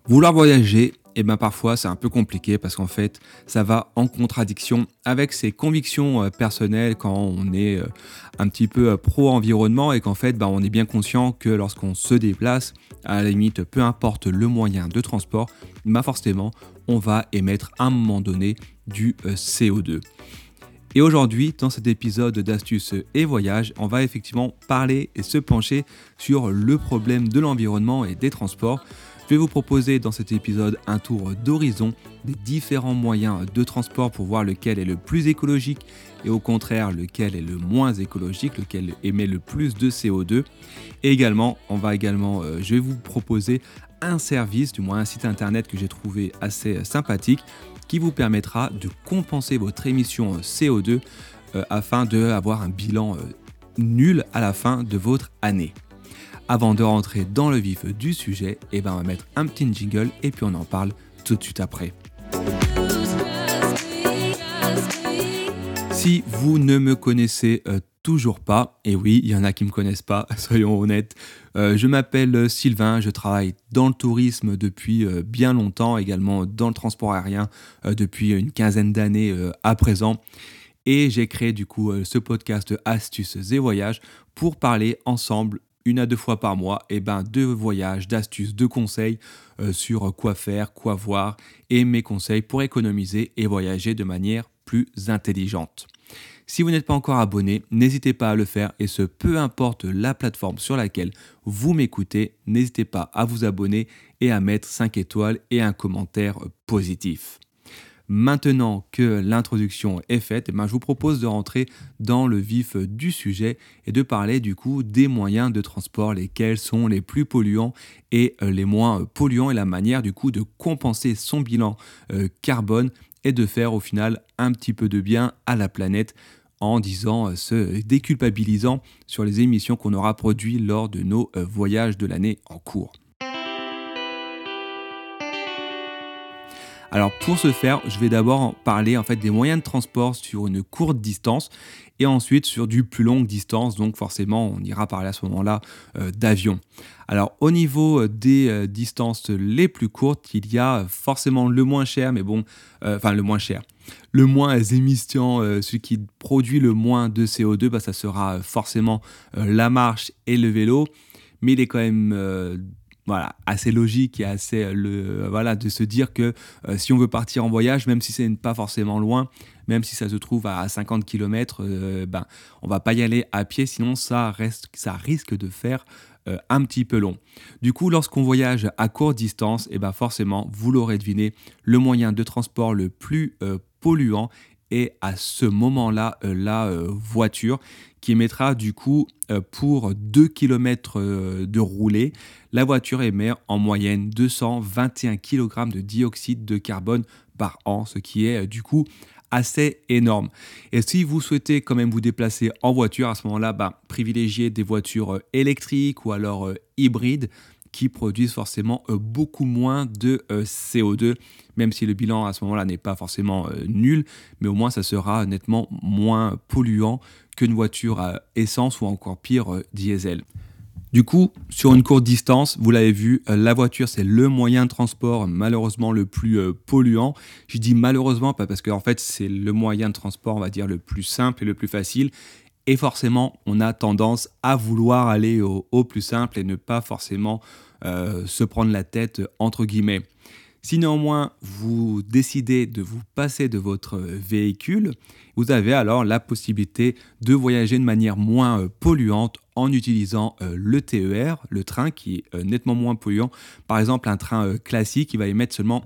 Vouloir voyager, parfois c'est un peu compliqué parce qu'en fait ça va en contradiction avec ses convictions personnelles quand on est un petit peu pro-environnement et qu'en fait on est bien conscient que lorsqu'on se déplace, à la limite peu importe le moyen de transport, forcément on va émettre à un moment donné du CO2. Et aujourd'hui, dans cet épisode d'Astuces et Voyages, on va effectivement parler et se pencher sur le problème de l'environnement et des transports. Je vais vous proposer dans cet épisode un tour d'horizon des différents moyens de transport pour voir lequel est le plus écologique et au contraire lequel est le moins écologique, lequel émet le plus de CO2. Et également, je vais vous proposer un service, du moins un site internet que j'ai trouvé assez sympathique qui vous permettra de compenser votre émission CO2 afin d'avoir un bilan nul à la fin de votre année. Avant de rentrer dans le vif du sujet, on va mettre un petit jingle et puis on en parle tout de suite après. Si vous ne me connaissez toujours pas, et oui, il y en a qui ne me connaissent pas, soyons honnêtes, je m'appelle Sylvain, je travaille dans le tourisme depuis bien longtemps, également dans le transport aérien depuis une quinzaine d'années à présent. Et j'ai créé du coup ce podcast Astuces et Voyages pour parler ensemble 1 à 2 fois par mois de voyages, d'astuces, de conseils sur quoi faire, quoi voir et mes conseils pour économiser et voyager de manière plus intelligente. Si vous n'êtes pas encore abonné, n'hésitez pas à le faire et ce peu importe la plateforme sur laquelle vous m'écoutez, n'hésitez pas à vous abonner et à mettre 5 étoiles et un commentaire positif. Maintenant que l'introduction est faite, je vous propose de rentrer dans le vif du sujet et de parler du coup des moyens de transport, lesquels sont les plus polluants et les moins polluants et la manière du coup de compenser son bilan carbone et de faire au final un petit peu de bien à la planète en se déculpabilisant sur les émissions qu'on aura produites lors de nos voyages de l'année en cours. Alors pour ce faire, je vais d'abord parler des moyens de transport sur une courte distance et ensuite sur du plus longue distance, donc forcément on ira parler à ce moment-là d'avion. Alors au niveau des distances les plus courtes, il y a forcément le moins cher, le moins cher. Le moins émission, celui qui produit le moins de CO2, ça sera forcément la marche et le vélo, mais il est quand même assez logique et assez de se dire que si on veut partir en voyage, même si c'est pas forcément loin, même si ça se trouve à 50 km, on va pas y aller à pied, sinon ça risque de faire un petit peu long. Du coup, lorsqu'on voyage à courte distance, forcément, vous l'aurez deviné, le moyen de transport le plus polluant est à ce moment-là la voiture qui émettra du coup pour 2 km de roulée, la voiture émet en moyenne 221 kg de dioxyde de carbone par an, ce qui est du coup assez énorme. Et si vous souhaitez quand même vous déplacer en voiture, à ce moment-là, privilégiez des voitures électriques ou alors hybrides qui produisent forcément beaucoup moins de CO2, même si le bilan à ce moment-là n'est pas forcément nul, mais au moins ça sera nettement moins polluant qu'une voiture à essence ou encore pire diesel. Du coup, sur une courte distance, vous l'avez vu, la voiture c'est le moyen de transport malheureusement le plus polluant. Je dis malheureusement pas parce que en fait c'est le moyen de transport on va dire le plus simple et le plus facile. Et forcément, on a tendance à vouloir aller au plus simple et ne pas forcément se prendre la tête, entre guillemets. Si néanmoins vous décidez de vous passer de votre véhicule, vous avez alors la possibilité de voyager de manière moins polluante en utilisant le TER, le train qui est nettement moins polluant. Par exemple, un train classique qui va émettre seulement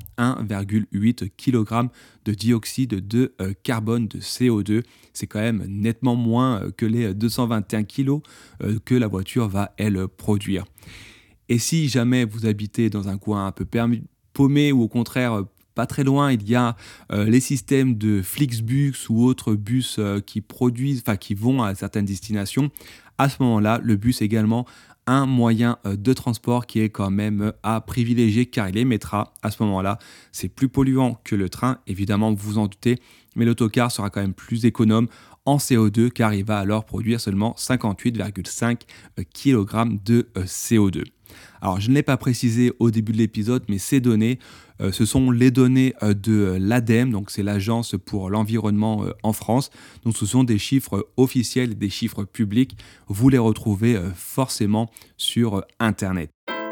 1,8 kg de dioxyde de carbone, de CO2. C'est quand même nettement moins que les 221 kg que la voiture va, elle, produire. Et si jamais vous habitez dans un coin un peu paumé ou au contraire pas très loin, il y a les systèmes de Flixbus ou autres bus qui vont à certaines destinations. À ce moment-là, le bus est également un moyen de transport qui est quand même à privilégier car il émettra à ce moment-là. C'est plus polluant que le train, évidemment, vous vous en doutez, mais l'autocar sera quand même plus économe en CO2 car il va alors produire seulement 58,5 kg de CO2. Alors, je ne l'ai pas précisé au début de l'épisode, mais ces données, ce sont les données de l'ADEME, donc c'est l'Agence pour l'environnement en France. Donc, ce sont des chiffres officiels, des chiffres publics. Vous les retrouvez forcément sur Internet.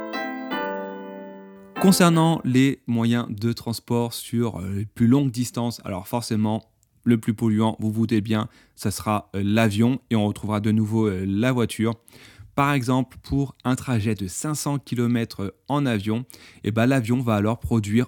Concernant les moyens de transport sur les plus longues distances, alors forcément, le plus polluant, vous vous doutez bien, ça sera l'avion et on retrouvera de nouveau la voiture. Par exemple, pour un trajet de 500 km en avion, eh ben, l'avion va alors produire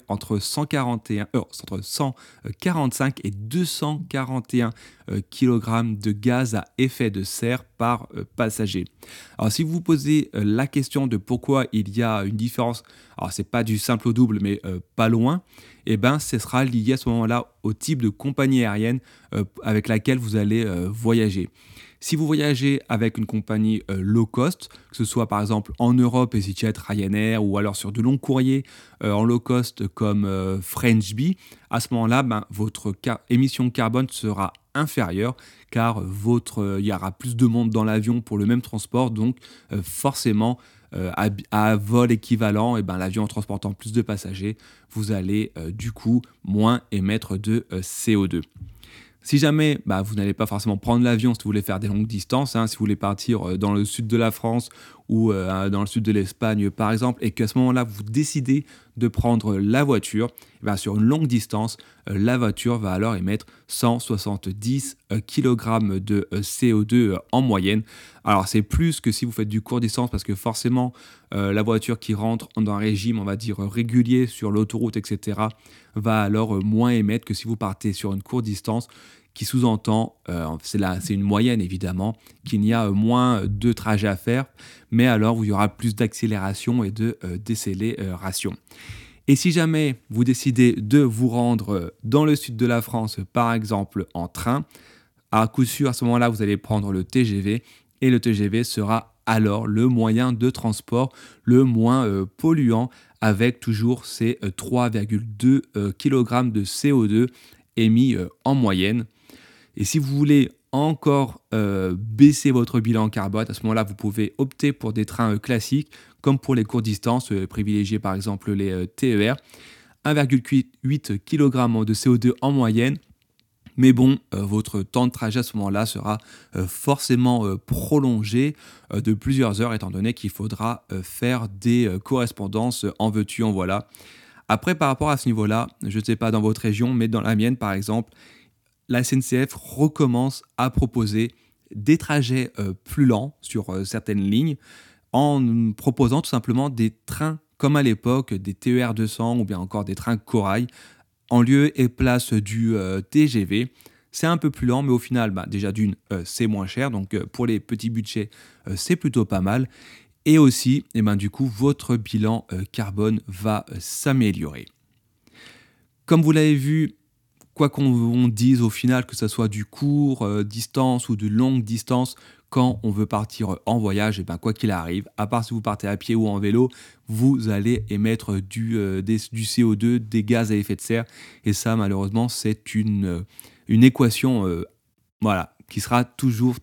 entre 145 et 241 kg de gaz à effet de serre par passager. Alors, si vous vous posez la question de pourquoi il y a une différence, alors c'est pas du simple au double, mais pas loin, eh ben, ce sera lié à ce moment-là au type de compagnie aérienne avec laquelle vous allez voyager. Si vous voyagez avec une compagnie low cost, que ce soit par exemple en Europe, EasyJet, Ryanair, ou alors sur de longs courriers en low cost comme French Bee, à ce moment-là, votre émission carbone sera inférieure car il y aura plus de monde dans l'avion pour le même transport, donc forcément à vol équivalent, l'avion en transportant plus de passagers, vous allez du coup moins émettre de CO2. Si jamais vous n'allez pas forcément prendre l'avion si vous voulez faire des longues distances, si vous voulez partir dans le sud de la France ou dans le sud de l'Espagne par exemple, et qu'à ce moment-là vous décidez de prendre la voiture, sur une longue distance, la voiture va alors émettre 170 kg de CO2 en moyenne. Alors c'est plus que si vous faites du court distance parce que forcément la voiture qui rentre dans un régime on va dire régulier sur l'autoroute etc. va alors moins émettre que si vous partez sur une courte distance qui sous-entend, c'est une moyenne évidemment, qu'il y a moins de trajets à faire, mais alors où il y aura plus d'accélération et de décélération. Et si jamais vous décidez de vous rendre dans le sud de la France, par exemple en train, à coup sûr à ce moment-là vous allez prendre le TGV, et le TGV sera alors le moyen de transport le moins polluant, avec toujours ces 3,2 kg de CO2 émis en moyenne. Et si vous voulez encore baisser votre bilan carbone, à ce moment-là, vous pouvez opter pour des trains classiques, comme pour les courtes distances, privilégier par exemple les TER, 1,8 kg de CO2 en moyenne. Mais bon, votre temps de trajet à ce moment-là sera forcément prolongé de plusieurs heures, étant donné qu'il faudra faire des correspondances en veux-tu, en voilà. Après, par rapport à ce niveau-là, je ne sais pas dans votre région, mais dans la mienne par exemple, la SNCF recommence à proposer des trajets plus lents sur certaines lignes en proposant tout simplement des trains comme à l'époque, des TER 200 ou bien encore des trains Corail en lieu et place du TGV. C'est un peu plus lent, mais au final, déjà d'une, c'est moins cher. Donc pour les petits budgets, c'est plutôt pas mal. Et aussi, du coup, votre bilan carbone va s'améliorer. Comme vous l'avez vu, quoi qu'on dise au final, que ce soit du court distance ou de longue distance, quand on veut partir en voyage, quoi qu'il arrive, à part si vous partez à pied ou en vélo, vous allez émettre du CO2, des gaz à effet de serre. Et ça, malheureusement, c'est une équation qui sera toujours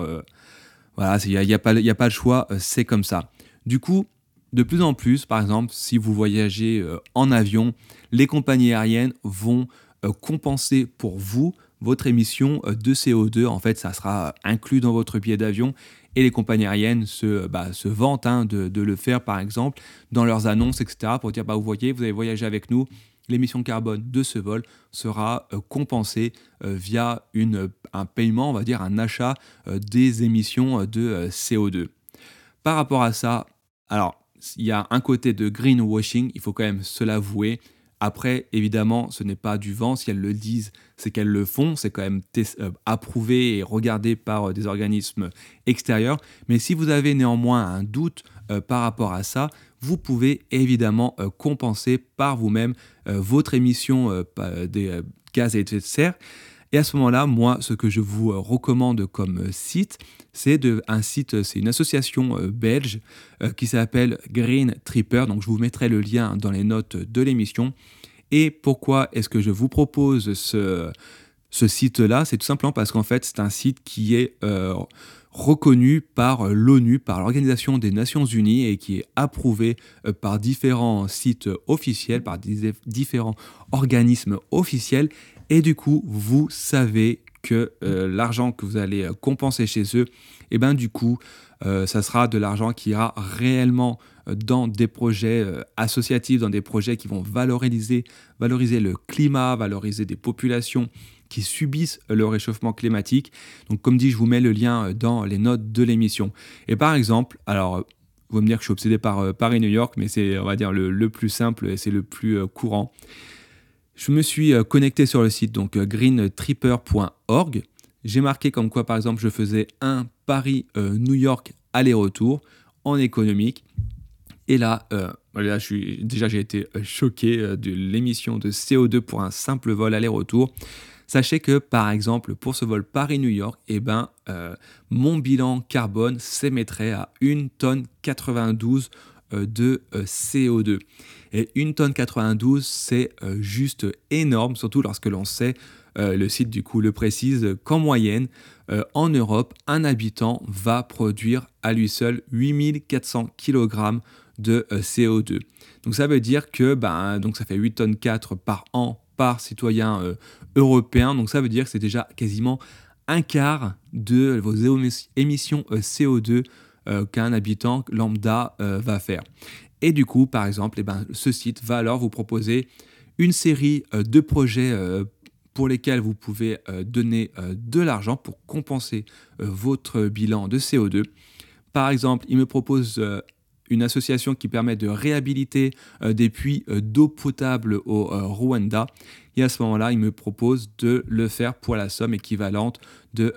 voilà, il n'y a pas le choix, c'est comme ça. Du coup, de plus en plus, par exemple, si vous voyagez en avion, les compagnies aériennes vont compenser pour vous votre émission de CO2. En fait, ça sera inclus dans votre billet d'avion et les compagnies aériennes se vantent de le faire, par exemple, dans leurs annonces, etc., pour dire, vous voyez, vous avez voyagé avec nous, l'émission carbone de ce vol sera compensée via un paiement, on va dire un achat des émissions de CO2. Par rapport à ça, alors, il y a un côté de greenwashing, il faut quand même se l'avouer. Après, évidemment, ce n'est pas du vent. Si elles le disent, c'est qu'elles le font. C'est quand même approuvé et regardé par des organismes extérieurs. Mais si vous avez néanmoins un doute par rapport à ça, vous pouvez évidemment compenser par vous-même votre émission des gaz à effet de serre. Et à ce moment-là, moi, ce que je vous recommande comme site, c'est une association belge qui s'appelle Green Tripper. Donc, je vous mettrai le lien dans les notes de l'émission. Et pourquoi est-ce que je vous propose ce site-là? C'est tout simplement parce qu'en fait, c'est un site qui est reconnu par l'ONU, par l'Organisation des Nations Unies et qui est approuvé par différents sites officiels, par différents organismes officiels. Et du coup, vous savez que l'argent que vous allez compenser chez eux, et ben du coup, ça sera de l'argent qui ira réellement dans des projets associatifs, dans des projets qui vont valoriser le climat, valoriser des populations qui subissent le réchauffement climatique. Donc comme dit, je vous mets le lien dans les notes de l'émission. Et par exemple, alors vous allez me dire que je suis obsédé par Paris-New York, mais c'est, on va dire, le plus simple et c'est le plus courant. Je me suis connecté sur le site donc greentripper.org. J'ai marqué comme quoi, par exemple, je faisais un Paris-New York aller-retour en économique. Et là, j'ai été choqué de l'émission de CO2 pour un simple vol aller-retour. Sachez que, par exemple, pour ce vol Paris-New York, mon bilan carbone s'émettrait à 1 tonne 92 de CO2. Et 1 tonne 92, c'est juste énorme, surtout lorsque l'on sait, le site du coup le précise, qu'en moyenne, en Europe, un habitant va produire à lui seul 8400 kg de CO2. Donc ça veut dire que donc ça fait 8 tonnes 4 par an par citoyen européen. Donc ça veut dire que c'est déjà quasiment un quart de vos émissions CO2 qu'un habitant lambda va faire. Et du coup, par exemple, ce site va alors vous proposer une série de projets pour lesquels vous pouvez donner de l'argent pour compenser votre bilan de CO2. Par exemple, il me propose une association qui permet de réhabiliter des puits d'eau potable au Rwanda. Et à ce moment-là, il me propose de le faire pour la somme équivalente de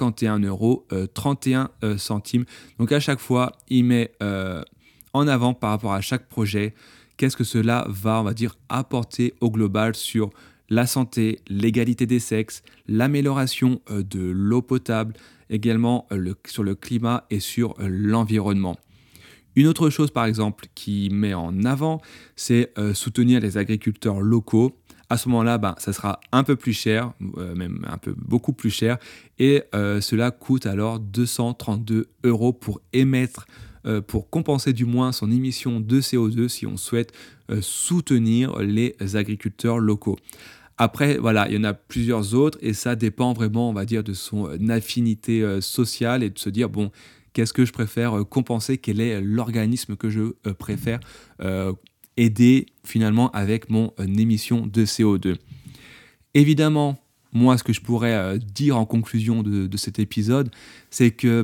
51,31 €. Donc à chaque fois, il met en avant par rapport à chaque projet qu'est-ce que cela va, on va dire, apporter au global sur la santé, l'égalité des sexes, l'amélioration de l'eau potable, également sur le climat et sur l'environnement. Une autre chose, par exemple, qui met en avant, c'est soutenir les agriculteurs locaux. À ce moment-là, ça sera un peu plus cher, même beaucoup plus cher, et cela coûte alors 232 € pour émettre, pour compenser du moins son émission de CO2 si on souhaite soutenir les agriculteurs locaux. Après, voilà, il y en a plusieurs autres et ça dépend vraiment, on va dire, de son affinité sociale et de se dire, bon, qu'est-ce que je préfère compenser? Quel est l'organisme que je préfère aider finalement avec mon émission de CO2? Évidemment, moi, ce que je pourrais dire en conclusion de cet épisode, c'est que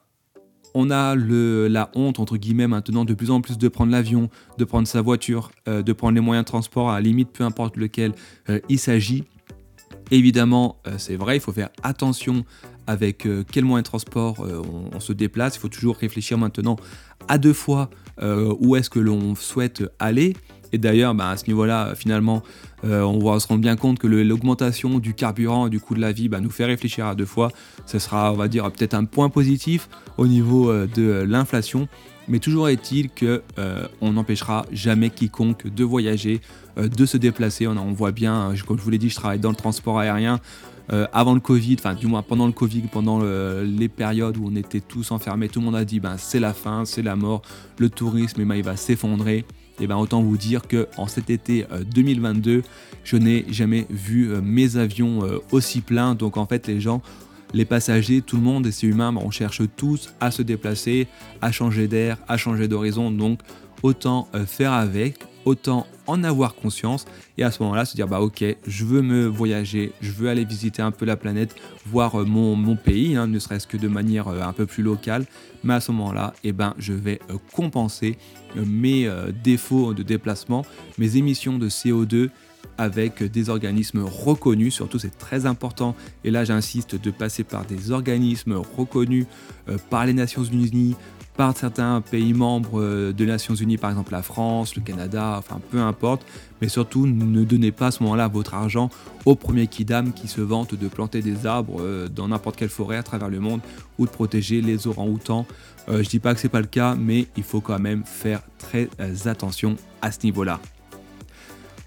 on a la honte, entre guillemets, maintenant, de plus en plus de prendre l'avion, de prendre sa voiture, de prendre les moyens de transport, à la limite, peu importe lequel il s'agit. Évidemment, c'est vrai, il faut faire attention avec quel moyen de transport on se déplace. Il faut toujours réfléchir maintenant à 2 fois où est-ce que l'on souhaite aller. Et d'ailleurs, à ce niveau-là, finalement, on va se rendre bien compte que l'augmentation du carburant et du coût de la vie nous fait réfléchir à 2 fois. Ce sera, on va dire, peut-être un point positif au niveau de l'inflation. Mais toujours est-il qu'on n'empêchera jamais quiconque de voyager, de se déplacer. On voit bien, comme je vous l'ai dit, je travaille dans le transport aérien. Avant le Covid, enfin du moins pendant le Covid, pendant les périodes où on était tous enfermés, tout le monde a dit c'est la fin, c'est la mort, le tourisme il va s'effondrer. Et autant vous dire qu'en cet été 2022, je n'ai jamais vu mes avions aussi pleins. Donc en fait les passagers, tout le monde, et c'est humain, on cherche tous à se déplacer, à changer d'air, à changer d'horizon. Donc autant faire avec, autant en avoir conscience et à ce moment-là se dire ok, je veux me voyager, je veux aller visiter un peu la planète, voir mon pays, ne serait-ce que de manière un peu plus locale, mais à ce moment-là, je vais compenser mes défauts de déplacement, mes émissions de CO2 avec des organismes reconnus, surtout c'est très important, et là j'insiste, de passer par des organismes reconnus par les Nations Unies, par certains pays membres des Nations Unies, par exemple la France, le Canada, enfin peu importe, mais surtout ne donnez pas à ce moment-là votre argent au premier kidam qui se vante de planter des arbres dans n'importe quelle forêt à travers le monde ou de protéger les orang-outans. Je dis pas que c'est pas le cas, mais il faut quand même faire très attention à ce niveau-là.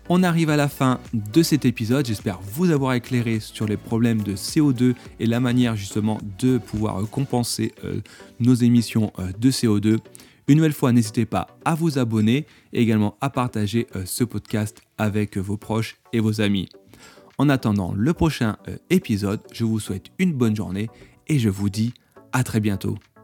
On arrive à la fin de cet épisode, j'espère vous avoir éclairé sur les problèmes de CO2 et la manière justement de pouvoir compenser nos émissions de CO2. Une nouvelle fois, n'hésitez pas à vous abonner et également à partager ce podcast avec vos proches et vos amis. En attendant le prochain épisode, je vous souhaite une bonne journée et je vous dis à très bientôt.